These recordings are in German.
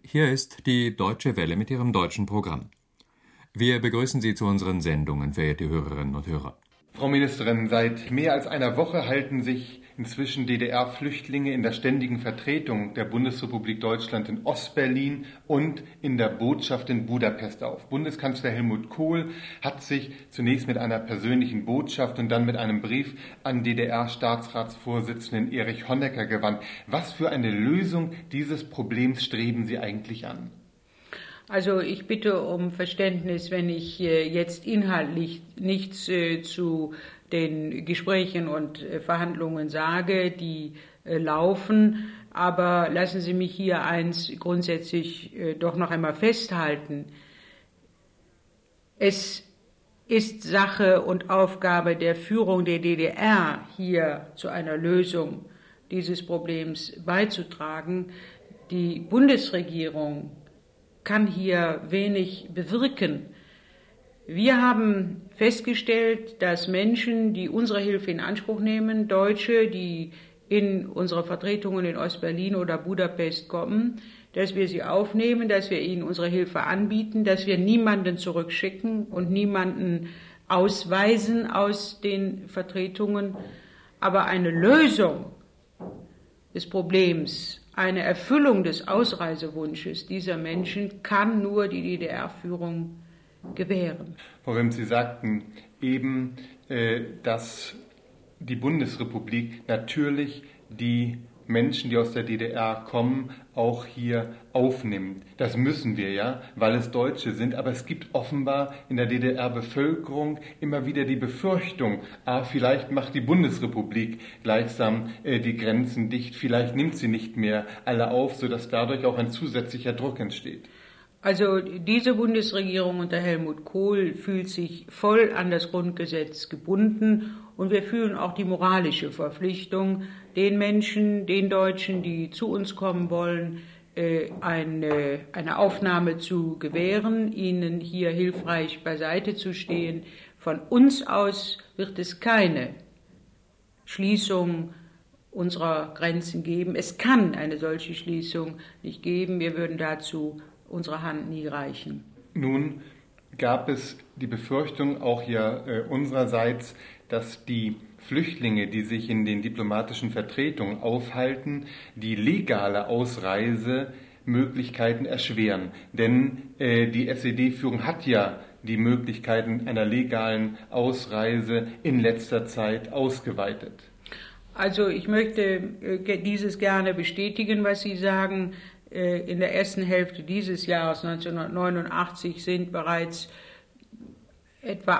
Hier ist die Deutsche Welle mit ihrem deutschen Programm. Wir begrüßen Sie zu unseren Sendungen, verehrte Hörerinnen und Hörer. Frau Ministerin, seit mehr als einer Woche halten sich inzwischen DDR-Flüchtlinge in der ständigen Vertretung der Bundesrepublik Deutschland in Ostberlin und in der Botschaft in Budapest auf. Bundeskanzler Helmut Kohl hat sich zunächst mit einer persönlichen Botschaft und dann mit einem Brief an DDR-Staatsratsvorsitzenden Erich Honecker gewandt. Was für eine Lösung dieses Problems streben Sie eigentlich an? Also ich bitte um Verständnis, wenn ich jetzt inhaltlich nichts zu den Gesprächen und Verhandlungen sage, die laufen. Aber lassen Sie mich hier eins grundsätzlich doch noch einmal festhalten. Es ist Sache und Aufgabe der Führung der DDR, hier zu einer Lösung dieses Problems beizutragen. Die Bundesregierung kann hier wenig bewirken. Wir haben festgestellt, dass Menschen, die unsere Hilfe in Anspruch nehmen, Deutsche, die in unsere Vertretungen in Ostberlin oder Budapest kommen, dass wir sie aufnehmen, dass wir ihnen unsere Hilfe anbieten, dass wir niemanden zurückschicken und niemanden ausweisen aus den Vertretungen. Aber eine Lösung des Problems, eine Erfüllung des Ausreisewunsches dieser Menschen kann nur die DDR-Führung gewähren. Frau Wimms, Sie sagten eben, dass die Bundesrepublik natürlich die Menschen, die aus der DDR kommen, auch hier aufnimmt. Das müssen wir ja, weil es Deutsche sind, aber es gibt offenbar in der DDR-Bevölkerung immer wieder die Befürchtung, vielleicht macht die Bundesrepublik gleichsam die Grenzen dicht, vielleicht nimmt sie nicht mehr alle auf, sodass dadurch auch ein zusätzlicher Druck entsteht. Also diese Bundesregierung unter Helmut Kohl fühlt sich voll an das Grundgesetz gebunden und wir fühlen auch die moralische Verpflichtung, den Menschen, den Deutschen, die zu uns kommen wollen, eine Aufnahme zu gewähren, ihnen hier hilfreich beiseite zu stehen. Von uns aus wird es keine Schließung unserer Grenzen geben. Es kann eine solche Schließung nicht geben. Wir würden dazu unsere Hand nie reichen. Nun gab es die Befürchtung auch hier unsererseits, dass die Flüchtlinge, die sich in den diplomatischen Vertretungen aufhalten, die legale Ausreisemöglichkeiten erschweren. Denn die SED-Führung hat ja die Möglichkeiten einer legalen Ausreise in letzter Zeit ausgeweitet. Also ich möchte dieses gerne bestätigen, was Sie sagen. In der ersten Hälfte dieses Jahres 1989 sind bereits etwa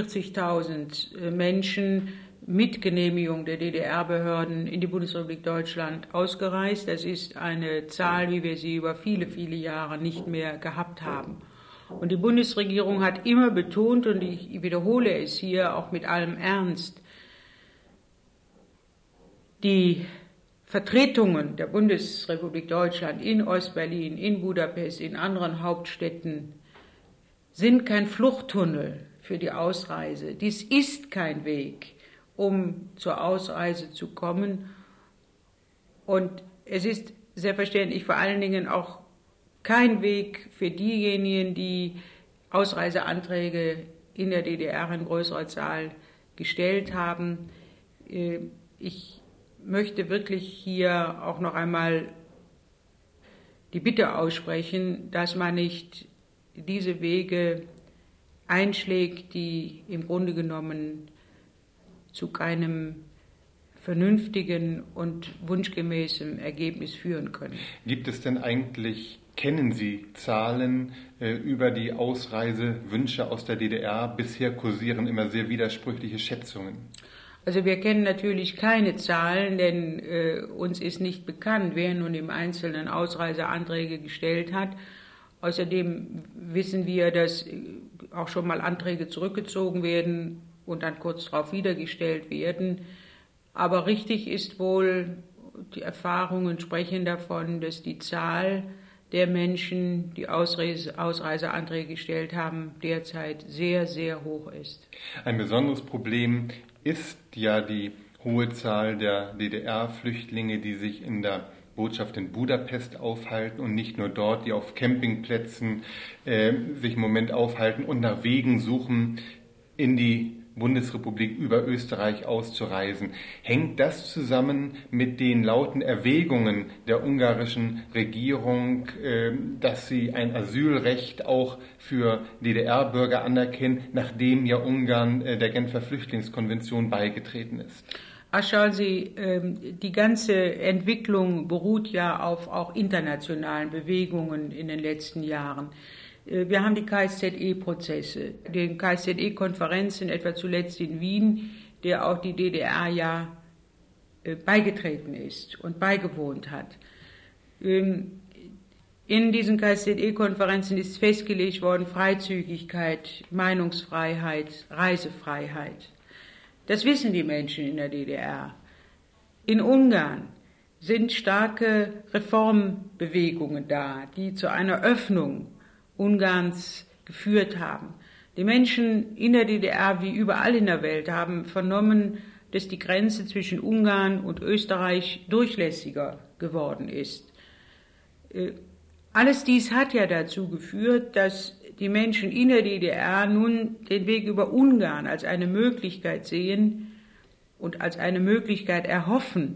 48.000 Menschen mit Genehmigung der DDR-Behörden in die Bundesrepublik Deutschland ausgereist. Das ist eine Zahl, wie wir sie über viele, viele Jahre nicht mehr gehabt haben. Und die Bundesregierung hat immer betont, und ich wiederhole es hier auch mit allem Ernst, die Vertretungen der Bundesrepublik Deutschland in Ostberlin, in Budapest, in anderen Hauptstädten sind kein Fluchttunnel für die Ausreise. Dies ist kein Weg, um zur Ausreise zu kommen. Und es ist selbstverständlich vor allen Dingen auch kein Weg für diejenigen, die Ausreiseanträge in der DDR in größerer Zahl gestellt haben. Ich möchte wirklich hier auch noch einmal die Bitte aussprechen, dass man nicht diese Wege einschlägt, die im Grunde genommen zu keinem vernünftigen und wunschgemäßen Ergebnis führen können. Gibt es denn eigentlich, kennen Sie Zahlen über die Ausreisewünsche aus der DDR? Bisher kursieren immer sehr widersprüchliche Schätzungen. Also wir kennen natürlich keine Zahlen, denn uns ist nicht bekannt, wer nun im Einzelnen Ausreiseanträge gestellt hat. Außerdem wissen wir, dass auch schon mal Anträge zurückgezogen werden und dann kurz darauf wiedergestellt werden. Aber richtig ist wohl, die Erfahrungen sprechen davon, dass die Zahl der Menschen, die Ausreiseanträge gestellt haben, derzeit sehr, sehr hoch ist. Ein besonderes Problem ist ja die hohe Zahl der DDR-Flüchtlinge, die sich in der Botschaft in Budapest aufhalten und nicht nur dort, die auf Campingplätzen sich im Moment aufhalten und nach Wegen suchen, in die Bundesrepublik über Österreich auszureisen. Hängt das zusammen mit den lauten Erwägungen der ungarischen Regierung, dass sie ein Asylrecht auch für DDR-Bürger anerkennen, nachdem ja Ungarn der Genfer Flüchtlingskonvention beigetreten ist? Ach, schauen Sie, die ganze Entwicklung beruht ja auf auch internationalen Bewegungen in den letzten Jahren. Wir haben die KSZE-Prozesse, den KSZE-Konferenzen, etwa zuletzt in Wien, der auch die DDR ja beigetreten ist und beigewohnt hat. In diesen KSZE-Konferenzen ist festgelegt worden Freizügigkeit, Meinungsfreiheit, Reisefreiheit. Das wissen die Menschen in der DDR. In Ungarn sind starke Reformbewegungen da, die zu einer Öffnung Ungarns geführt haben. Die Menschen in der DDR wie überall in der Welt haben vernommen, dass die Grenze zwischen Ungarn und Österreich durchlässiger geworden ist. Alles dies hat ja dazu geführt, dass die Menschen in der DDR nun den Weg über Ungarn als eine Möglichkeit sehen und als eine Möglichkeit erhoffen,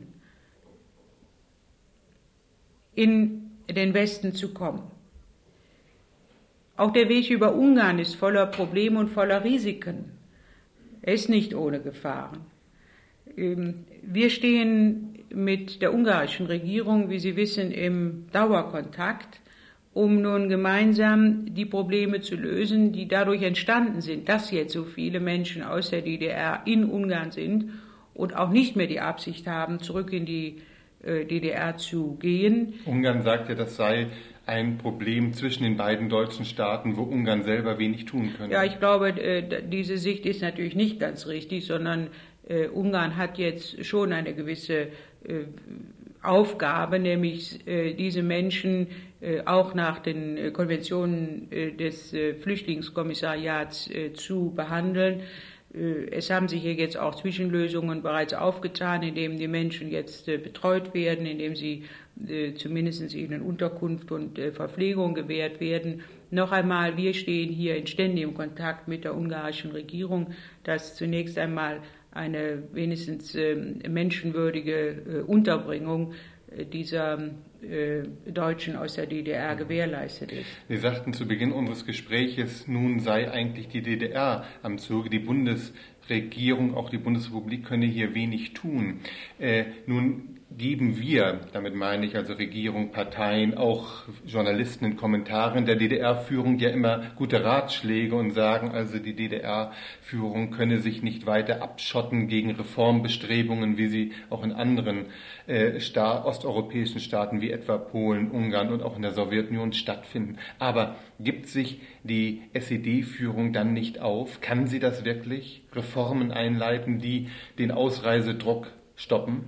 in den Westen zu kommen. Auch der Weg über Ungarn ist voller Probleme und voller Risiken. Er ist nicht ohne Gefahren. Wir stehen mit der ungarischen Regierung, wie Sie wissen, im Dauerkontakt, um nun gemeinsam die Probleme zu lösen, die dadurch entstanden sind, dass jetzt so viele Menschen aus der DDR in Ungarn sind und auch nicht mehr die Absicht haben, zurück in die DDR zu gehen. Ungarn sagt ja, das sei ein Problem zwischen den beiden deutschen Staaten, wo Ungarn selber wenig tun könnte. Ja, ich glaube, diese Sicht ist natürlich nicht ganz richtig, sondern Ungarn hat jetzt schon eine gewisse Aufgabe, nämlich diese Menschen auch nach den Konventionen des Flüchtlingskommissariats zu behandeln. Es haben sich hier jetzt auch Zwischenlösungen bereits aufgetan, indem die Menschen jetzt betreut werden, indem sie zumindest ihnen Unterkunft und Verpflegung gewährt werden. Noch einmal, wir stehen hier in ständigem Kontakt mit der ungarischen Regierung, dass zunächst einmal eine wenigstens menschenwürdige Unterbringung dieser Deutschen aus der DDR gewährleistet ist. Sie sagten zu Beginn unseres Gespräches, nun sei eigentlich die DDR am Zuge, die Bundesregierung, auch die Bundesrepublik könne hier wenig tun. Nun geben wir, damit meine ich also Regierung, Parteien, auch Journalisten in Kommentaren der DDR-Führung ja immer gute Ratschläge und sagen also, die DDR-Führung könne sich nicht weiter abschotten gegen Reformbestrebungen, wie sie auch in anderen osteuropäischen Staaten wie etwa Polen, Ungarn und auch in der Sowjetunion stattfinden. Aber gibt sich die SED-Führung dann nicht auf? Kann sie das wirklich? Reformen einleiten, die den Ausreisedruck stoppen?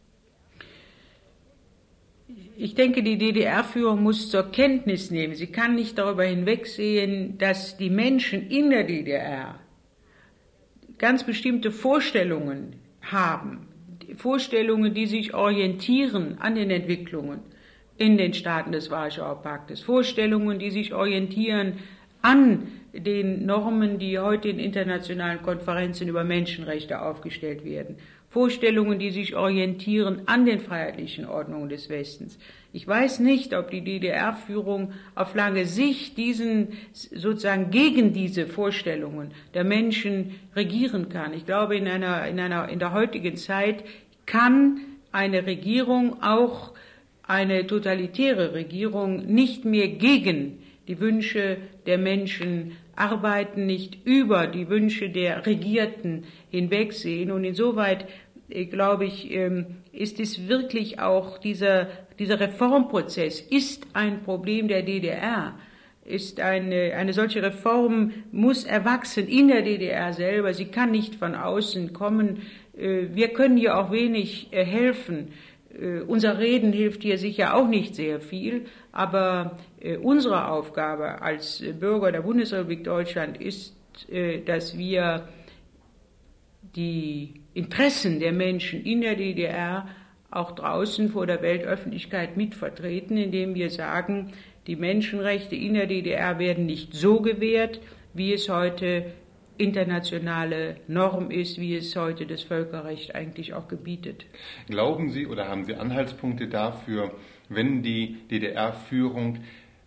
Ich denke, die DDR-Führung muss zur Kenntnis nehmen, sie kann nicht darüber hinwegsehen, dass die Menschen in der DDR ganz bestimmte Vorstellungen haben, Vorstellungen, die sich orientieren an den Entwicklungen in den Staaten des Warschauer Paktes, Vorstellungen, die sich orientieren an den Normen, die heute in internationalen Konferenzen über Menschenrechte aufgestellt werden, Vorstellungen, die sich orientieren an den freiheitlichen Ordnungen des Westens. Ich weiß nicht, ob die DDR-Führung auf lange Sicht sozusagen gegen diese Vorstellungen der Menschen regieren kann. Ich glaube, in der heutigen Zeit kann eine Regierung, auch eine totalitäre Regierung, nicht mehr gegen die Wünsche der Menschen arbeiten, nicht über die Wünsche der Regierten hinwegsehen. Und insoweit, glaube ich, ist es wirklich auch dieser Reformprozess ist ein Problem der DDR. Eine solche Reform muss erwachsen in der DDR selber. Sie kann nicht von außen kommen. Wir können hier auch wenig helfen. Unser Reden hilft hier sicher auch nicht sehr viel, aber unsere Aufgabe als Bürger der Bundesrepublik Deutschland ist, dass wir die Interessen der Menschen in der DDR auch draußen vor der Weltöffentlichkeit mitvertreten, indem wir sagen, die Menschenrechte in der DDR werden nicht so gewährt, wie es heute internationale Norm ist, wie es heute das Völkerrecht eigentlich auch gebietet. Glauben Sie oder haben Sie Anhaltspunkte dafür, wenn die DDR-Führung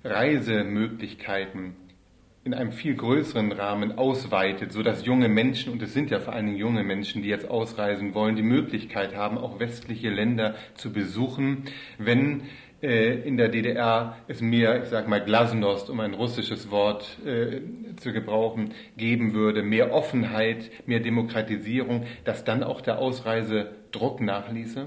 Reisemöglichkeiten in einem viel größeren Rahmen ausweitet, sodass junge Menschen, und es sind ja vor allen Dingen junge Menschen, die jetzt ausreisen wollen, die Möglichkeit haben, auch westliche Länder zu besuchen, wenn in der DDR es mehr, ich sage mal Glasnost, um ein russisches Wort zu gebrauchen, geben würde, mehr Offenheit, mehr Demokratisierung, dass dann auch der Ausreisedruck nachließe?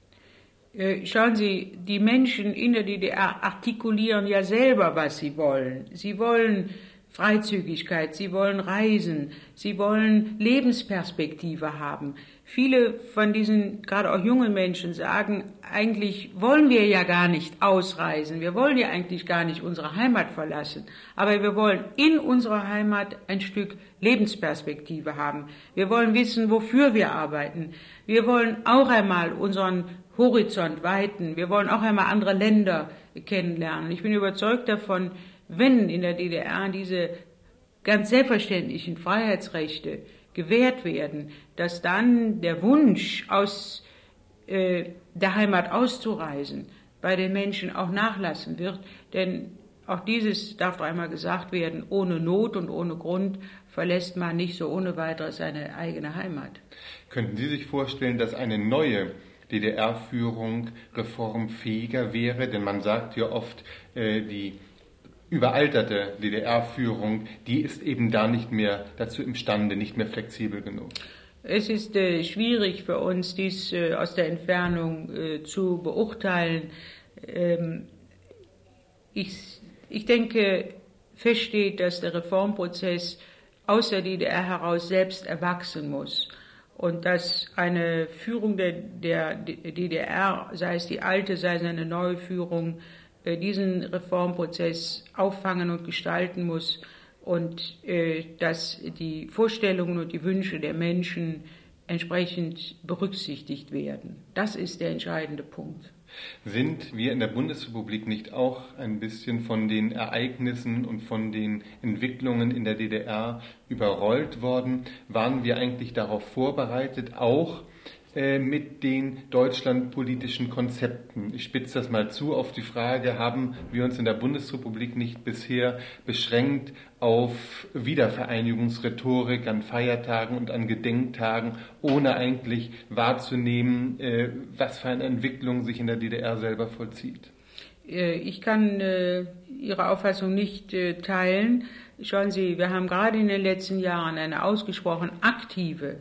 Schauen Sie, die Menschen in der DDR artikulieren ja selber, was sie wollen. Sie wollen Freizügigkeit, sie wollen reisen, sie wollen Lebensperspektive haben. Viele von diesen, gerade auch jungen Menschen, sagen, eigentlich wollen wir ja gar nicht ausreisen, wir wollen ja eigentlich gar nicht unsere Heimat verlassen, aber wir wollen in unserer Heimat ein Stück Lebensperspektive haben. Wir wollen wissen, wofür wir arbeiten. Wir wollen auch einmal unseren Horizont weiten. Wir wollen auch einmal andere Länder kennenlernen. Ich bin überzeugt davon, wenn in der DDR diese ganz selbstverständlichen Freiheitsrechte gewährt werden, dass dann der Wunsch, aus der Heimat auszureisen, bei den Menschen auch nachlassen wird. Denn auch dieses darf doch einmal gesagt werden, ohne Not und ohne Grund verlässt man nicht so ohne weiteres seine eigene Heimat. Könnten Sie sich vorstellen, dass eine neue DDR-Führung reformfähiger wäre? Denn man sagt ja oft, die überalterte DDR-Führung, die ist eben da nicht mehr dazu imstande, nicht mehr flexibel genug. Es ist schwierig für uns, dies aus der Entfernung zu beurteilen. Ich denke, feststeht, dass der Reformprozess aus der DDR heraus selbst erwachsen muss und dass eine Führung der DDR, sei es die alte, sei es eine neue Führung, diesen Reformprozess auffangen und gestalten muss und dass die Vorstellungen und die Wünsche der Menschen entsprechend berücksichtigt werden. Das ist der entscheidende Punkt. Sind wir in der Bundesrepublik nicht auch ein bisschen von den Ereignissen und von den Entwicklungen in der DDR überrollt worden? Waren wir eigentlich darauf vorbereitet, auch mit den deutschlandpolitischen Konzepten? Ich spitze das mal zu auf die Frage, haben wir uns in der Bundesrepublik nicht bisher beschränkt auf Wiedervereinigungsrhetorik an Feiertagen und an Gedenktagen, ohne eigentlich wahrzunehmen, was für eine Entwicklung sich in der DDR selber vollzieht? Ich kann Ihre Auffassung nicht teilen. Schauen Sie, wir haben gerade in den letzten Jahren eine ausgesprochen aktive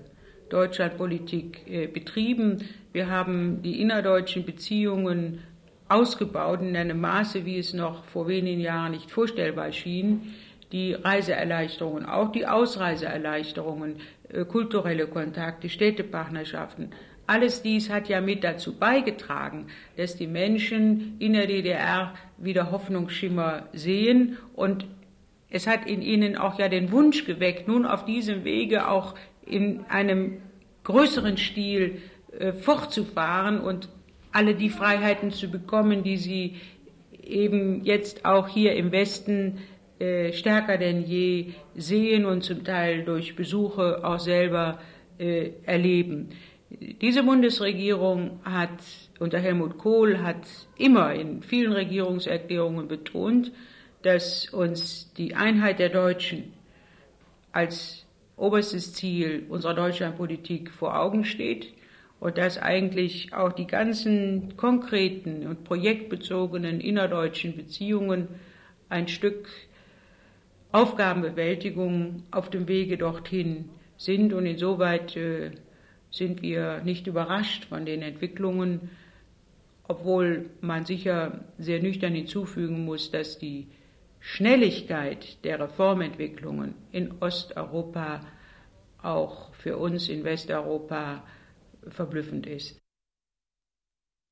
Deutschlandpolitik betrieben. Wir haben die innerdeutschen Beziehungen ausgebaut in einem Maße, wie es noch vor wenigen Jahren nicht vorstellbar schien. Die Reiseerleichterungen, auch die Ausreiseerleichterungen, kulturelle Kontakte, Städtepartnerschaften. Alles dies hat ja mit dazu beigetragen, dass die Menschen in der DDR wieder Hoffnungsschimmer sehen und es hat in ihnen auch ja den Wunsch geweckt, nun auf diesem Wege auch in einem größeren Stil fortzufahren und alle die Freiheiten zu bekommen, die sie eben jetzt auch hier im Westen stärker denn je sehen und zum Teil durch Besuche auch selber erleben. Diese Bundesregierung hat unter Helmut Kohl hat immer in vielen Regierungserklärungen betont, dass uns die Einheit der Deutschen als oberstes Ziel unserer Deutschlandpolitik vor Augen steht und dass eigentlich auch die ganzen konkreten und projektbezogenen innerdeutschen Beziehungen ein Stück Aufgabenbewältigung auf dem Wege dorthin sind und insoweit sind wir nicht überrascht von den Entwicklungen, obwohl man sicher sehr nüchtern hinzufügen muss, dass die Schnelligkeit der Reformentwicklungen in Osteuropa auch für uns in Westeuropa verblüffend ist.